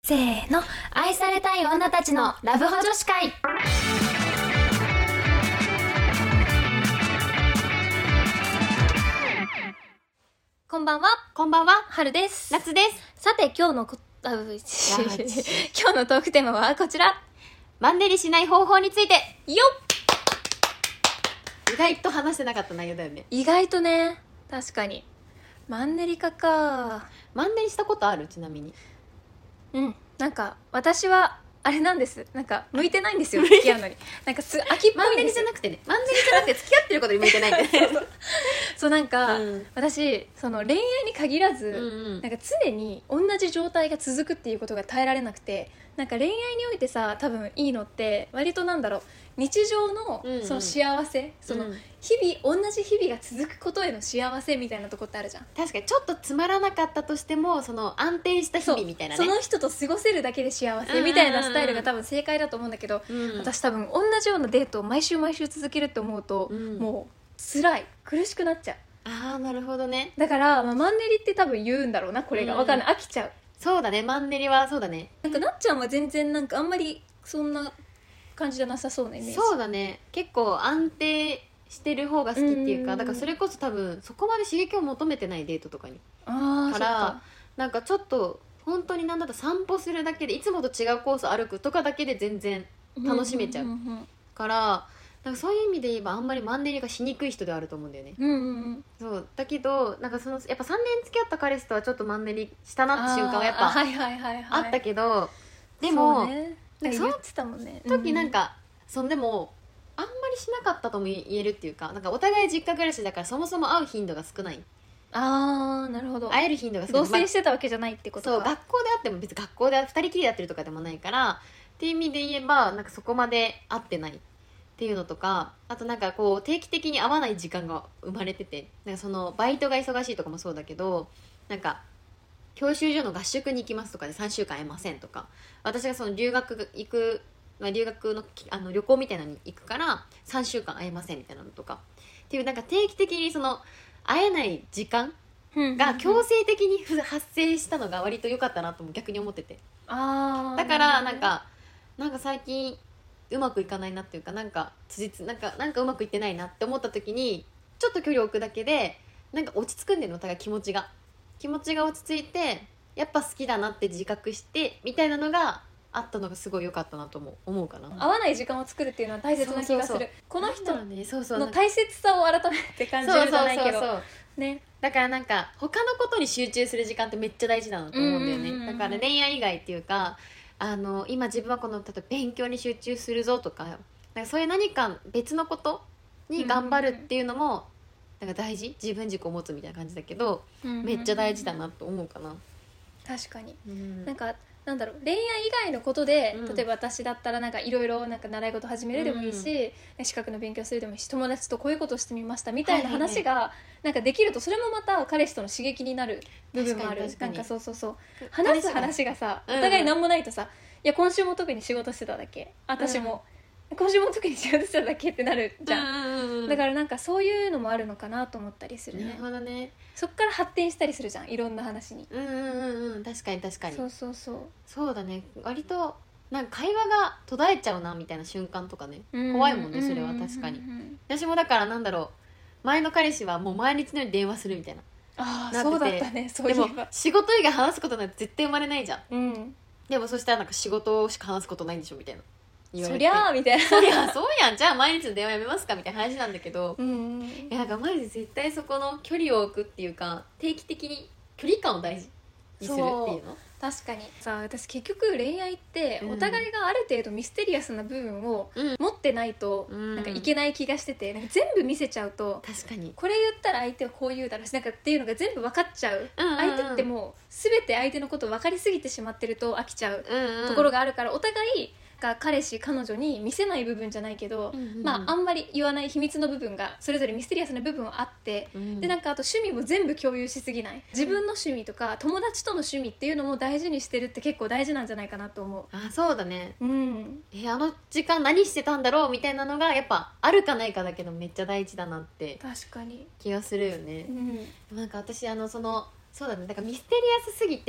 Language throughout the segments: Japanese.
せーの、愛されたい女たちのラブホ女子会。こんばんは。 こんばんは。 春です。 夏です。 さて今日の今日のトークテーマはこちら。 マンネリしない方法について。 よ意外と話してなかった内容だよね。 意外とね、確かにマンネリ化か。 マンネリしたことある？ちなみに。 なんか私はあれなんです。なんか向いてないんですよ、付き合うのに。なんか秋っぽいんですよ。 マンネリじゃなくてね、マンネリじゃなくて付き合ってることに向いてないんでそうなんか、私その恋愛に限らず、なんか常に同じ状態が続くっていうことが耐えられなくて、なんか恋愛においてさ、多分いいのって割となんだろう、日常のその幸せ、その日々同じ日々が続くことへの幸せみたいなとこってあるじゃん。 確かにちょっとつまらなかったとしても、その安定した日々みたいなね、 その人と過ごせるだけで幸せみたいなスタイルが多分正解だと思うんだけど、私多分同じようなデートを毎週毎週続けるって思うと、もう辛い、苦しくなっちゃう。 ああ、なるほどね。 だから、マンネリって多分言うんだろうな、これが。わかんない、飽きちゃう。 そうだね、マンネリはそうだね。 なんかなっちゃんは全然なんかあんまりそんな感じじゃなさそうなイメージ。 そうだね、結構安定してる方が好きっていうか、だからそれこそ多分そこまで刺激を求めてないデートとかにからなんかちょっと本当になんだったら散歩するだけで、いつもと違うコース歩くとかだけで全然楽しめちゃうから、なんかそういう意味で言えばあんまりマンネリがしにくい人ではあると思うんだよね。そうだけど、なんかそのやっぱ3年付き合った彼氏とはちょっとマンネリしたなって瞬間はやっぱあったけど、でもなんかその時なんかでもあんまりしなかったとも言えるっていうか、なんかお互い実家暮らしだからそもそも会う頻度が少ない。 あー、なるほど。 会える頻度が少ない。 同棲してたわけじゃないってことか。 そう、学校で会っても別に学校で2人きりでやってるとかでもないから、っていう意味で言えばなんかそこまで会ってないっていうのとか、あとなんかこう定期的に会わない時間が生まれてて、なんかそのバイトが忙しいとかもそうだけど、なんか教習所の合宿に行きますとかで3週間会えませんとか、私がその留学行く、留学の旅行みたいなのに行くから3週間会えませんみたいなのとかっていう、なんか定期的にその会えない時間が強制的に発生したのが割と良かったなとも逆に思ってて、だからなんか最近うまくいかないなっていうか、なんかうまくいってないなって思った時にちょっと距離を置くだけでなんか落ち着くんだよね。お互い気持ちが落ち着いて、やっぱ好きだなって自覚してみたいなのがあったのがすごい良かったなとも思うかな。 合わない時間を作るっていうのは大切な気がする。この人の大切さを改めて感じるじゃないけどね。 だからなんか他のことに集中する時間ってめっちゃ大事だなと思うんだよね。だから恋愛以外っていうか、今自分はこの例えば勉強に集中するぞとか、なんかそういう何か別のことに頑張るっていうのもなんか大事、自分軸を持つみたいな感じだけど、めっちゃ大事だなと思うかな。 確かに、なんかなんだろう、恋愛以外のことで、例えば私だったらなんかいろいろなんか習い事始めるでもいいし、資格の勉強するでもいいし、友達とこういうことしてみましたみたいな話がなんかできると、それもまた彼氏との刺激になる部分もある。なんかそう話す話がさ、お互い何もないとさ、いや今週も特に仕事してただけ、私も、今週も特に仕事してただけってなるじゃん、だからなんかそういうのもあるのかなと思ったりするね。 なるほどね。 そっから発展したりするじゃん、いろんな話に。 確かに確かに。 そうだね。割となんか会話が途絶えちゃうなみたいな瞬間とかね、怖いもんね。それは確かに。私もだからなんだろう、前の彼氏はもう毎日のように電話するみたいな。 そうだったね。そういえばでも仕事以外話すことなんて絶対生まれないじゃん、でもそしたらなんか仕事しか話すことないんでしょみたいなそりゃーみたいな、 そうやん、じゃあ毎日の電話やめますかみたいな話なんだけど、いやなんかマジで絶対そこの距離を置くっていうか、定期的に距離感を大事にするっていうの。 確かにさ、私結局恋愛ってお互いがある程度ミステリアスな部分を持ってないとなんかいけない気がしてて、なんか全部見せちゃうと、 確かにこれ言ったら相手はこう言うだろうし、なんかっていうのが全部分かっちゃう、相手ってもう全て相手のことを分かりすぎてしまってると飽きちゃうところがあるから、お互いが彼氏彼女に見せない部分じゃないけど、あんまり言わない秘密の部分がそれぞれミステリアスな部分はあって、でなんかあと趣味も全部共有しすぎない、自分の趣味とか友達との趣味っていうのも大事にしてるって結構大事なんじゃないかなと思う。 そうだね。あの時間何してたんだろうみたいなのがやっぱあるかないかだけどめっちゃ大事だなって確かに気がするよね。なんか私そうだね、だからミステリアスすぎて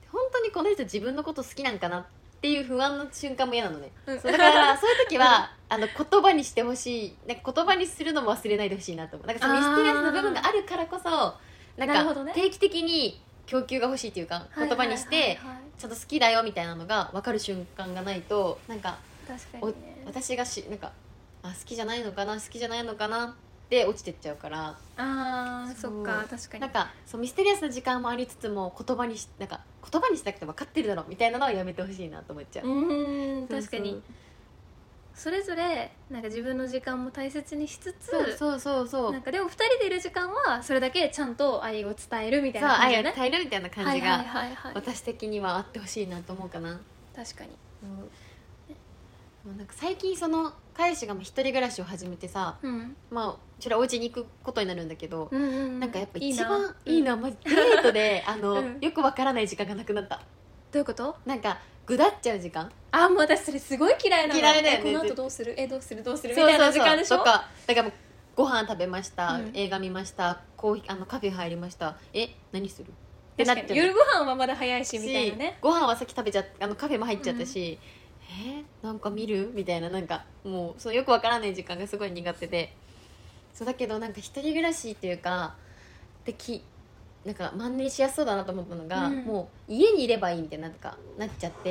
本当にこの人自分のこと好きなんかなっていう不安の瞬間も嫌なのね、 うんそうだからそういう時は言葉にしてほしい、なんか言葉にするのも忘れないでほしいなと思う。なんかそのミステリアスな部分があるからこそなんかなるほどね定期的に供給が欲しいっていうか、言葉にしてはいはいはいはいちゃんと好きだよみたいなのが分かる瞬間がないと、なんか確かにね。 私がなんか好きじゃないのかな好きじゃないのかなって落ちてっちゃうから、 あー、そっか、確かに。 なんかそうミステリアスな時間もありつつも言葉にしなくて分かってるだろみたいなのはやめてほしいなと思っちゃう。 確かに。それぞれなんか自分の時間も大切にしつつ、 そうなんかでも2人でいる時間はそれだけちゃんと愛を伝えるみたいそうな感じでね。 愛を伝えるみたいな感じはいがはいはい。 私的にはあってほしいなと思うかな。 確かに。 もうなんか最近その彼氏が一人暮らしを始めてさ、 うんまあうちらお家に行くことになるんだけど、 うんうん、 なんかやっぱいい一番な。 いいのはマジデートでうんよくわからない時間がなくなった。 どういうこと？ なんかぐだっちゃう時間。 あ、もう私それすごい嫌いなの。 嫌いだよねこの後どうするどうするみたいな時間でしょ。 とかだからもうご飯食べました、 うん映画見ました、コーヒーカフェ入りました、何するってなっちゃう確かに夜ご飯はまだ早いしみたいなね。 ご飯はさっき食べちゃカフェも入っちゃったし、なんか見るみたいな、なんかもうそうよくわからない時間がすごい苦手で、そうだけどなんか一人暮らしっていうかなんかマンネリしやすそうだなと思ったのが、もう家にいればいいみたいな、なっちゃって、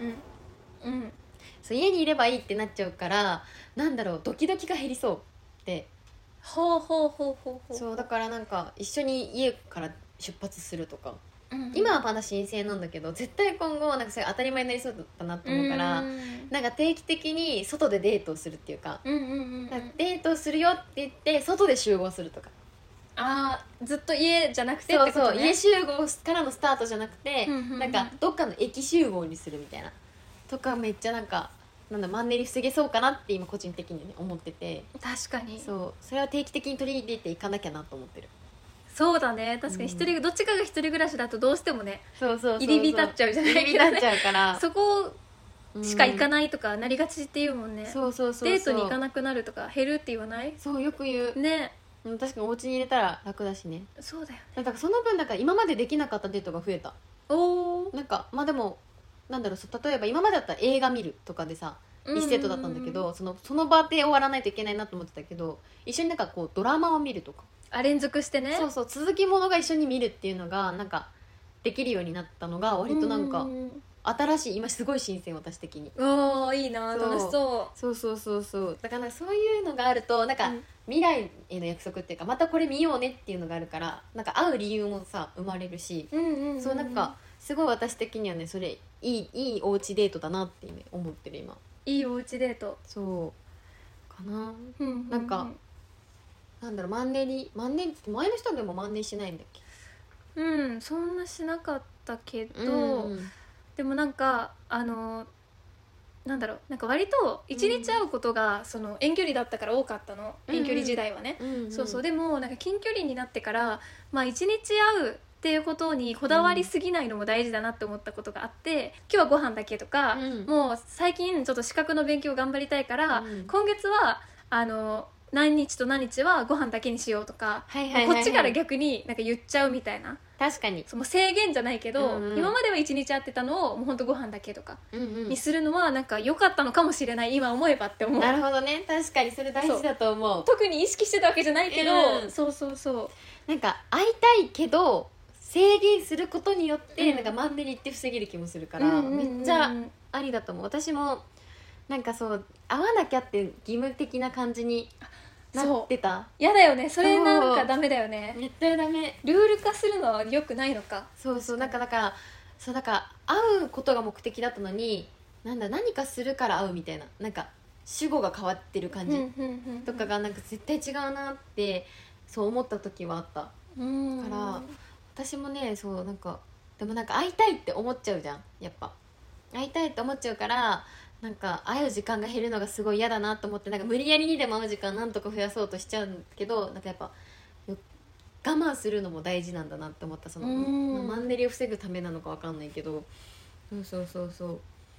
そう家にいればいいってなっちゃうから、なんだろう、ドキドキが減りそうってほうそうだからなんか一緒に家から出発するとか、 うん今はまだ新鮮なんだけど絶対今後なんかそれ当たり前になりそうだなと思うから、なんか定期的に外でデートをするっていうか、なんかデートをするよって言って外で集合するとか、 あー、ずっと家じゃなくてってことね。 家集合からのスタートじゃなくて、なんかどっかの駅集合にするみたいなとか、めっちゃなんかマンネリ防げそうかなって今個人的に、ね、思ってて、 確かにそれは定期的に取り入れていかなきゃなと思ってる。 そうだね、確かにどっちかが一人暮らしだとどうしてもね入入り浸っちゃうじゃないけどね、 入り浸っちゃうからそこしか行かないとかなりがちっていうもんね。 デートに行かなくなるとか減るって言わない？ そうよく言うね。 確かにお家に入れたら楽だしね。 そうだよね。 だからその分だから今までできなかったデートが増えた。 おー、 なんかまあでもなんだろう、例えば今までだったら映画見るとかでさ1セットだったんだけど、その場で終わらないといけないなと思ってたけど、一緒になんかこうドラマを見るとか、 連続してね。 そう続きものが一緒に見るっていうのがなんかできるようになったのが割となんか新しい、今すごい新鮮、私的に。 おー、いいな、楽しそう。 そうだからなんかそういうのがあるとなんか未来への約束っていうか、またこれ見ようねっていうのがあるから、なんか会う理由もさ生まれるし、そうなんかすごい私的にはね、それいいおうちデートだなって、ね、思ってる今。 いいおうちデートそうかな。 なんかなんだろう、マンネリ前の人でもマンネリしないんだっけ？ そんなしなかったけど、でもなんかなんだろう、なんか割と一日会うことがその遠距離だったから多かったの、遠距離時代はね、そうでもなんか近距離になってからまあ一日会うっていうことにこだわりすぎないのも大事だなって思ったことがあって、今日はご飯だけとか、もう最近ちょっと資格の勉強頑張りたいから、今月は何日と何日はご飯だけにしようとか、こっちから逆になんか言っちゃうみたいな。 確かにその制限じゃないけど、今までは一日会ってたのをもうほんとご飯だけとかにするのはなんか良かったのかもしれない、今思えばって思う。 なるほどね、確かにそれ大事だと思う。 特に意識してたわけじゃないけど、そうなんか会いたいけど制限することによって、なんかマンネリって防げる気もするから、めっちゃありだと思う。私もなんかそう会わなきゃって義務的な感じになってた。 嫌だよね、それなんかダメだよね、 絶対ダメ。 ルール化するのは良くないのか。 なんかだから会うことが目的だったのに、何かするから会うみたいな、なんか主語が変わってる感じとかがなんか絶対違うなってそう思った時はあった。から私もね、そうなんかでもなんか会いたいって思っちゃうじゃん、やっぱ会いたいって思っちゃうから、なんか会う時間が減るのがすごい嫌だなと思って、なんか無理やりにでも会う時間なんとか増やそうとしちゃうんだけど、なんかやっぱ我慢するのも大事なんだなって思った。そのマンネリを防ぐためなのかわかんないけど、そうなんだろう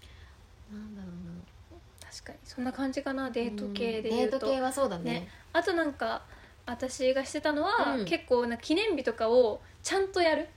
な。 確かにそんな感じかな、デート系で言うと。 デート系はそうだね。 あとなんか私がしてたのは、結構な記念日とかをちゃんとやる。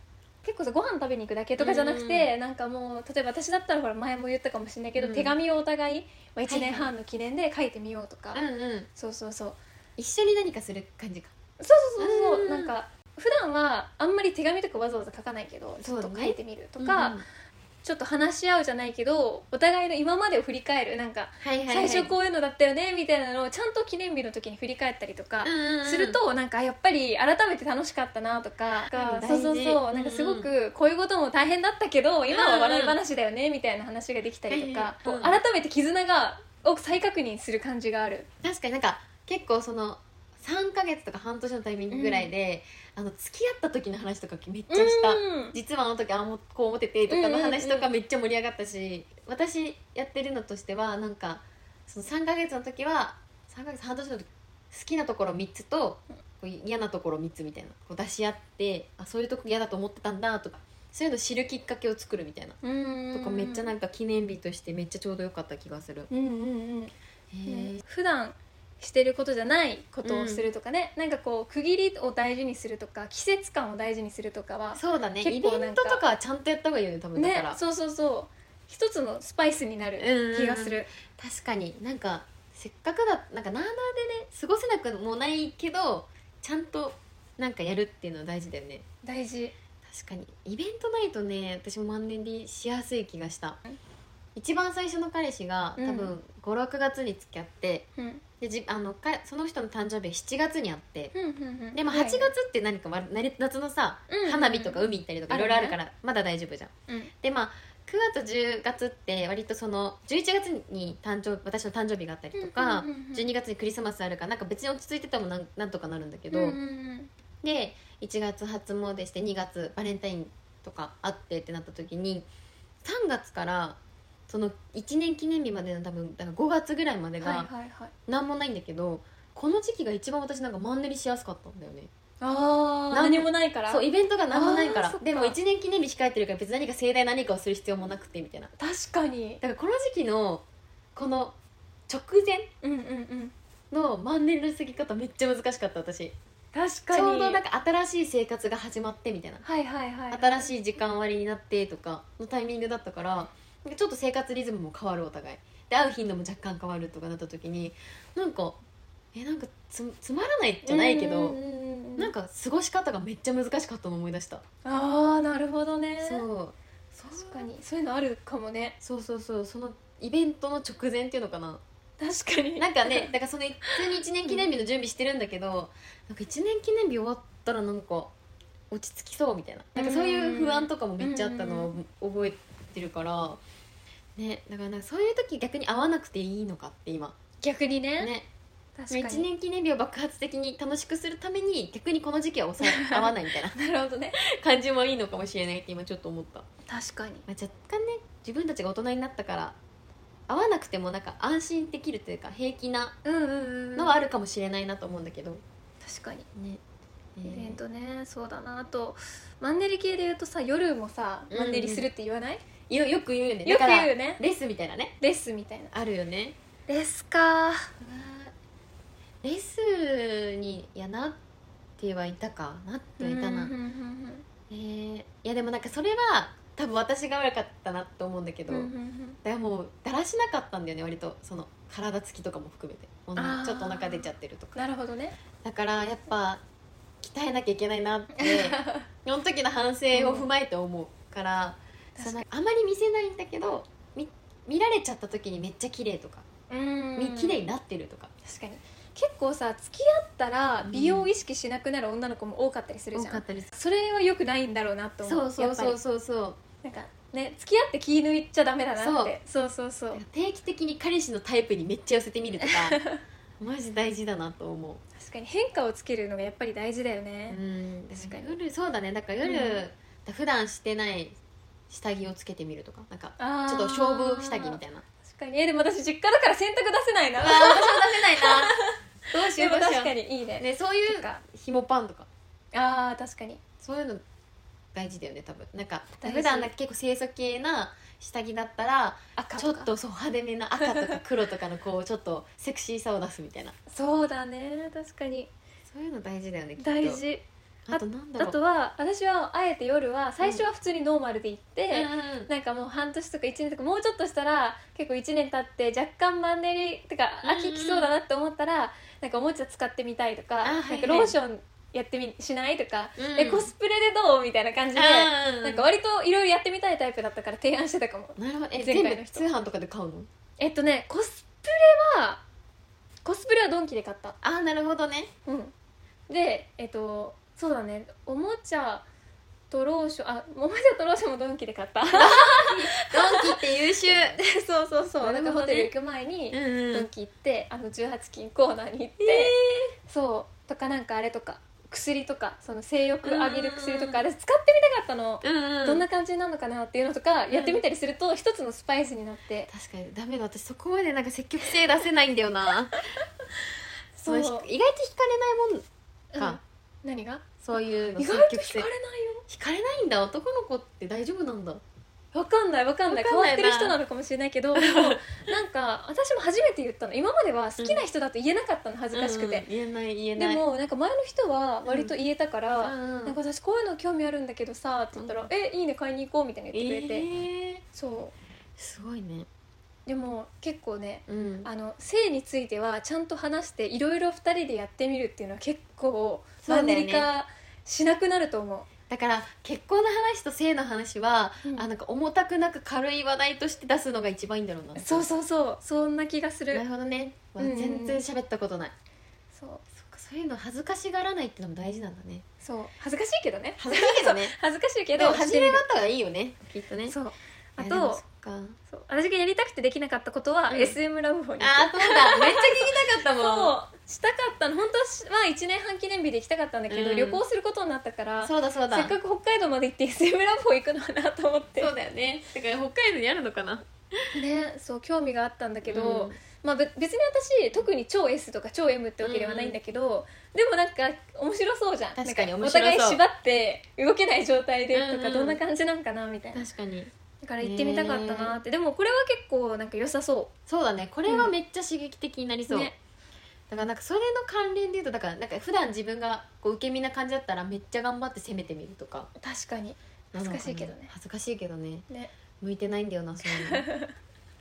結構さご飯食べに行くだけとかじゃなくて、なんかもう例えば私だったらほら前も言ったかもしれないけど、手紙をお互い、1年半の記念で書いてみようとか、そうそうそう、 一緒に何かする感じか。 そうそうそうそう、なんか普段はあんまり手紙とかわざわざ書かないけど、ちょっと書いてみるとか、ちょっと話し合うじゃないけどお互いの今までを振り返る、なんか最初こういうのだったよねみたいなのをちゃんと記念日の時に振り返ったりとかすると、なんかやっぱり改めて楽しかったなとか、そうそうそう、なんかすごくこういうことも大変だったけど今は笑い話だよねみたいな話ができたりとか、改めて絆を再確認する感じがある。 確かになんか結構その3ヶ月とか半年のタイミングぐらいで、付き合った時の話とかめっちゃした、実はあの時こう思っててとかの話とかめっちゃ盛り上がったし、私やってるのとしてはなんかその3ヶ月の時は3ヶ月半年の時好きなところ3つとこう嫌なところ3つみたいなこう出し合って、そういうとこ嫌だと思ってたんだとか、そういうの知るきっかけを作るみたいなとか、めっちゃなんか記念日としてめっちゃちょうどよかった気がする。 普段してることじゃないことをするとかね、なんかこう区切りを大事にするとか季節感を大事にするとかは、 そうだね、イベントとかはちゃんとやった方がいいよね多分。だからね、そうそうそう、一つのスパイスになる気がする。 確かになんかせっかくなんかなあなあでね過ごせなくもないけどちゃんとなんかやるっていうのは大事だよね。 大事。 確かにイベントないとね、私もマンネリしやすい気がした。一番最初の彼氏が多分56月に付き合って、でその人の誕生日は7月にあって、でも8月って何か夏のさ、花火とか海行ったりとかいろいろあるからまだ大丈夫じゃん。でまあ9月10月って割とその11月に私の誕生日があったりとか、12月にクリスマスあるからなんか別に落ち着いててもなんとかなるんだけど、で1月初詣して2月バレンタインとかあってってなった時に3月からその1年記念日までの多分だから5月ぐらいまでが何もないんだけど、この時期が一番私なんかマンネリしやすかったんだよね。 何もないから。 そう、イベントが何もないから。でも1年記念日控えてるから別に何か盛大何かをする必要もなくてみたいな。 確かに。 だからこの時期のこの直前のマンネリの過ぎ方めっちゃ難しかった私。 確かに。 ちょうどなんか新しい生活が始まってみたいな、新しい時間割になってとかのタイミングだったから、ちょっと生活リズムも変わる、お互いで会う頻度も若干変わるとかなった時になんかつまらないじゃないけど、なんか過ごし方がめっちゃ難しかったの思い出した。 なるほどね。 そう確かにそういうのあるかもね。 そうそのイベントの直前っていうのかな。 確かになんかね、だからその普通に1年記念日の準備してるんだけど、なんか1年記念日終わったらなんか落ち着きそうみたいな、なんかそういう不安とかもめっちゃあったのを覚えてるからね。だからなんかそういう時逆に会わなくていいのかって今逆にね確かに 1年記念日を爆発的に楽しくするために逆にこの時期は会わないみたいななるほどね感じもいいのかもしれないって今ちょっと思った。 確かに、 若干ね自分たちが大人になったから会わなくてもなんか安心できるというか平気なのはあるかもしれないなと思うんだけど、 確かにね、 イベントね。そうだな。あとマンネリ系で言うとさ、夜もさマンネリするって言わない？ よく言うよね。 よく言うよね。 レッスンみたいなね。 レッスンみたいなあるよね。 レッスか。 レッスンになってはいたかなってはいたな。いやでもなんかそれは多分私が悪かったなと思うんだけど、だからもうだらしなかったんだよね割と、その体つきとかも含めてちょっとお腹出ちゃってるとか。 なるほどね。 だからやっぱ鍛えなきゃいけないなってその時の反省を踏まえて思うから、あまり見せないんだけど見られちゃった時にめっちゃ綺麗とか綺麗になってるとか。 確かに結構さ付き合ったら美容を意識しなくなる女の子も多かったりするじゃん。それは良くないんだろうなと思う。 そうなんかね、付き合って気抜いちゃダメだなって。そう定期的に彼氏のタイプにめっちゃ寄せてみるとかマジ大事だなと思う。 確かに変化をつけるのがやっぱり大事だよね。 確かに夜そうだね。だから夜、普段してない下着をつけてみるとか、なんかちょっと勝負下着みたいな。 確かに。でも私実家だから洗濯出せないな。 私も出せないなどうしよう。 確かにいいね。 そういう紐パンとか確かにそういうの大事だよね多分。なんか普段なんか結構清楚系な下着だったらちょっと派手めな赤とか黒とかのこうちょっとセクシーさを出すみたいな。 そうだね、確かにそういうの大事だよねきっと。 大事。 あとなんだろう、 あとは私はあえて夜は最初は普通にノーマルで行って、 うんなんかもう半年とか1年とかもうちょっとしたら結構1年経って若干マンネリとか飽ききそうだなって思ったら、なんかおもちゃ使ってみたいとか、 はいはいなんかローションやってみしないとか、 うんコスプレでどうみたいな感じで、 うんなんか割といろいろやってみたいタイプだったから提案してたかも。 なるほど。 前全回の人部通販とかで買うの？ コスプレはドンキで買った。 あ、なるほどね。 うんでそうだね、おもちゃとローション、おもちゃとローションもドンキで買ったドンキって優秀。 そうそうそう、なんなるほどねかホテル行く前にうんドンキ行って18金コーナーに行って、そうとかなんかあれとか薬とかその性欲上げる薬とかあれ使ってみたかったの、どんな感じになるのかなっていうのとかやってみたりすると一つのスパイスになって、 確かにダメだ、私そこまでなんか積極性出せないんだよなそう意外と惹かれないもんか、 何がそういうの意積極性外と惹かれないよ。 惹かれないんだ。男の子って大丈夫なんだ。 わかんないわかんないな変わってる人なのかもしれないけどでもなんか私も初めて言ったの。今までは好きな人だと言えなかったの、恥ずかしくて、 言えないでもなんか前の人は割と言えたから、 うんなんか私こういうの興味あるんだけどさって言ったら、いいね買いに行こうみたいに言ってくれて、そうすごいね。 でも結構ね、 うん性についてはちゃんと話していろいろ2人でやってみるっていうのは結構マンそうだよねネリ化しなくなると思う。 だから結婚の話と性の話は、なんか重たくなく軽い話題として出すのが一番いいんだろうな。 そうそうそうそんな気がする。 なるほどね、全然喋ったことない。 そうそっか、そういうの恥ずかしがらないってのも大事なんだね。 そう恥ずかしいけどね恥ずかしいけどね恥ずかしいけどでも始めたがいいよね、きっとね。 そうあいやでもとそっか、 そう私がやりたくてできなかったことは、SM ラブホに行く。 あーそうだ、めっちゃ聞きたかったもん。 そうしたかったの。本当は1年半記念日で行きたかったんだけど、旅行することになったからそうだそうだ、 せっかく北海道まで行って SM ラブホ行くのはなと思ってそうだよね。だから北海道にあるのかな。 ね、そう興味があったんだけど、まあ、別に私特に超 S とか超 M ってわけではないんだけど、でもなんか面白そうじゃん。 確かになん面白そうお互い縛って動けない状態でとか、 うんどんな感じなんかなみたいな。 確かに。 だから行ってみたかったなって。でもこれは結構なんか良さそそうだね、これはめっちゃ刺激的になりそう、 ねだからなんかそれの関連でいうと、だからなんか普段自分がこう受け身な感じだったらめっちゃ頑張って攻めてみるとか。 う。確かに恥ずかしいけどね。 恥ずかしいけどね、 ね向いてないんだよなそういうの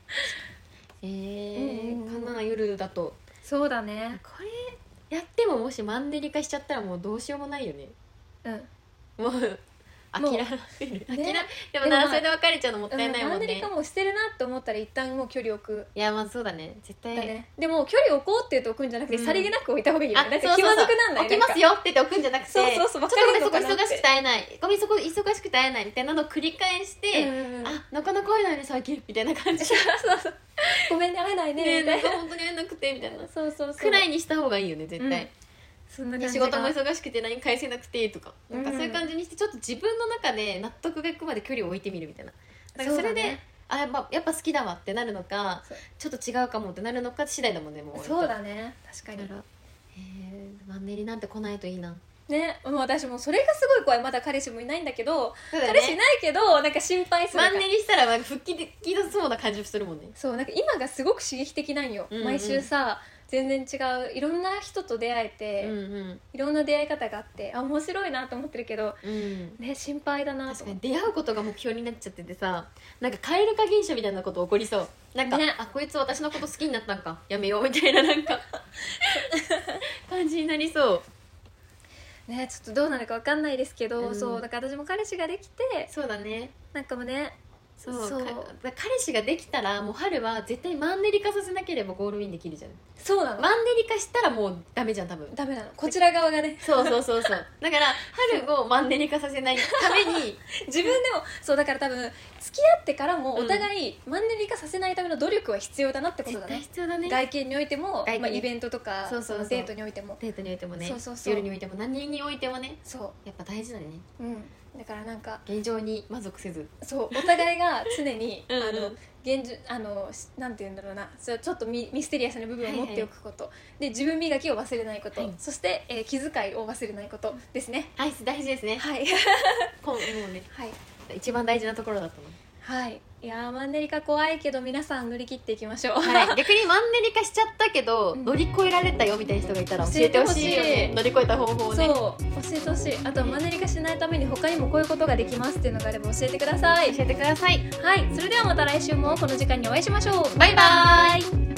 こんなの夜だとそうだね。 これやってももしマンネリ化しちゃったらもうどうしようもないよね。 うんもう諦める、 ねでもな、 でもまあそれで別れちゃうのもったいないもんね。 マンネリ化もしてるなって思ったら一旦もう距離を置く。 いやまあそうだね、絶対だね、でも距離を置こうって言うと置くんじゃなくて、さりげなく置いた方がいいよあ、 ね。だってそうそうそう気まずくなんない。 起きますよって言って置くんじゃなくて、 そうそうそうちょっとごめんそこわかるのかなって忙しくて会えない、ごめんそこ忙しくて会えないみたいなのを繰り返して、 うんあ、なかなか会えないね最近みたいな感じでそうそうごめんね会えないねね、 みたいな。 なんか本当に会えなくてみたいなそうそうそうくらいにした方がいいよね絶対、 そんな感じ仕が事も忙しくて LINE 返せなくてとか、なんかそういう感じにしてちょっと自分の中で納得がいくまで距離を置いてみるみたいな。だからそれで、 そうだねあ、やっぱ好きだわってなるのかそうちょっと違うかもってなるのか次第だもんね。もうそうだね確かにだからマンネリなんて来ないといいな。 ね。もう私もうそれがすごい怖い。まだ彼氏もいないんだけど、 そうだね彼氏いないけどなんか心配するからマンネリしたらなんか復帰できそうな感じするもんね。 そうなんか今がすごく刺激的なんよ、 うんうん毎週さ全然違ういろんな人と出会えて、 うんいろんな出会い方があって面白いなと思ってるけどうんね、心配だなと確か思って。 に出会うことが目標になっちゃっててさ、なんか蛙化現象みたいなこと起こりそう。なんか、 ねあ、こいつ私のこと好きになったんかやめようみたいななんか感じになりそうね、ちょっとどうなるか分かんないですけど、 うんそうだから私も彼氏ができてそうだね。 なんかもねそうそう彼氏ができたらもう春は絶対マンネリ化させなければゴールインできるじゃん。 そうなの、 マンネリ化したらもうダメじゃん多分。 ダメなのこちら側がねそうそうそうそうだから春をマンネリ化させないために自分でもそうだから多分付き合ってからもお互いマンネリ化させないための努力は必要だなってこと絶対だね。 必要だね。 外見においても、 外見まあ、イベントとかそうそうそうそのデートにおいてもデートにおいてもね、 そうそうそう夜においても何においてもね、 そやっぱ大事だね。 う、うん、だからなんか現状に満足せず。 そうお互いが常にうんうん現実なんて言うんだろうな、ちょっとミステリアスな部分を持っておくこと、で自分磨きを忘れないこと、 はいそして、気遣いを忘れないことですね。 はい、大事ですね。 はいもうねはい一番大事なところだったの。 はい、いやマンネリ化怖いけど皆さん乗り切っていきましょう。 はい、逆にマンネリ化しちゃったけど、乗り越えられたよみたいな人がいたら教えてほしいよね。乗り越えた方法をね。 そう教えてほしい。あとはマンネリ化しないために他にもこういうことができますっていうのがあれば教えてください。 教えてください。 はい、それではまた来週もこの時間にお会いしましょう。 バイバーイ。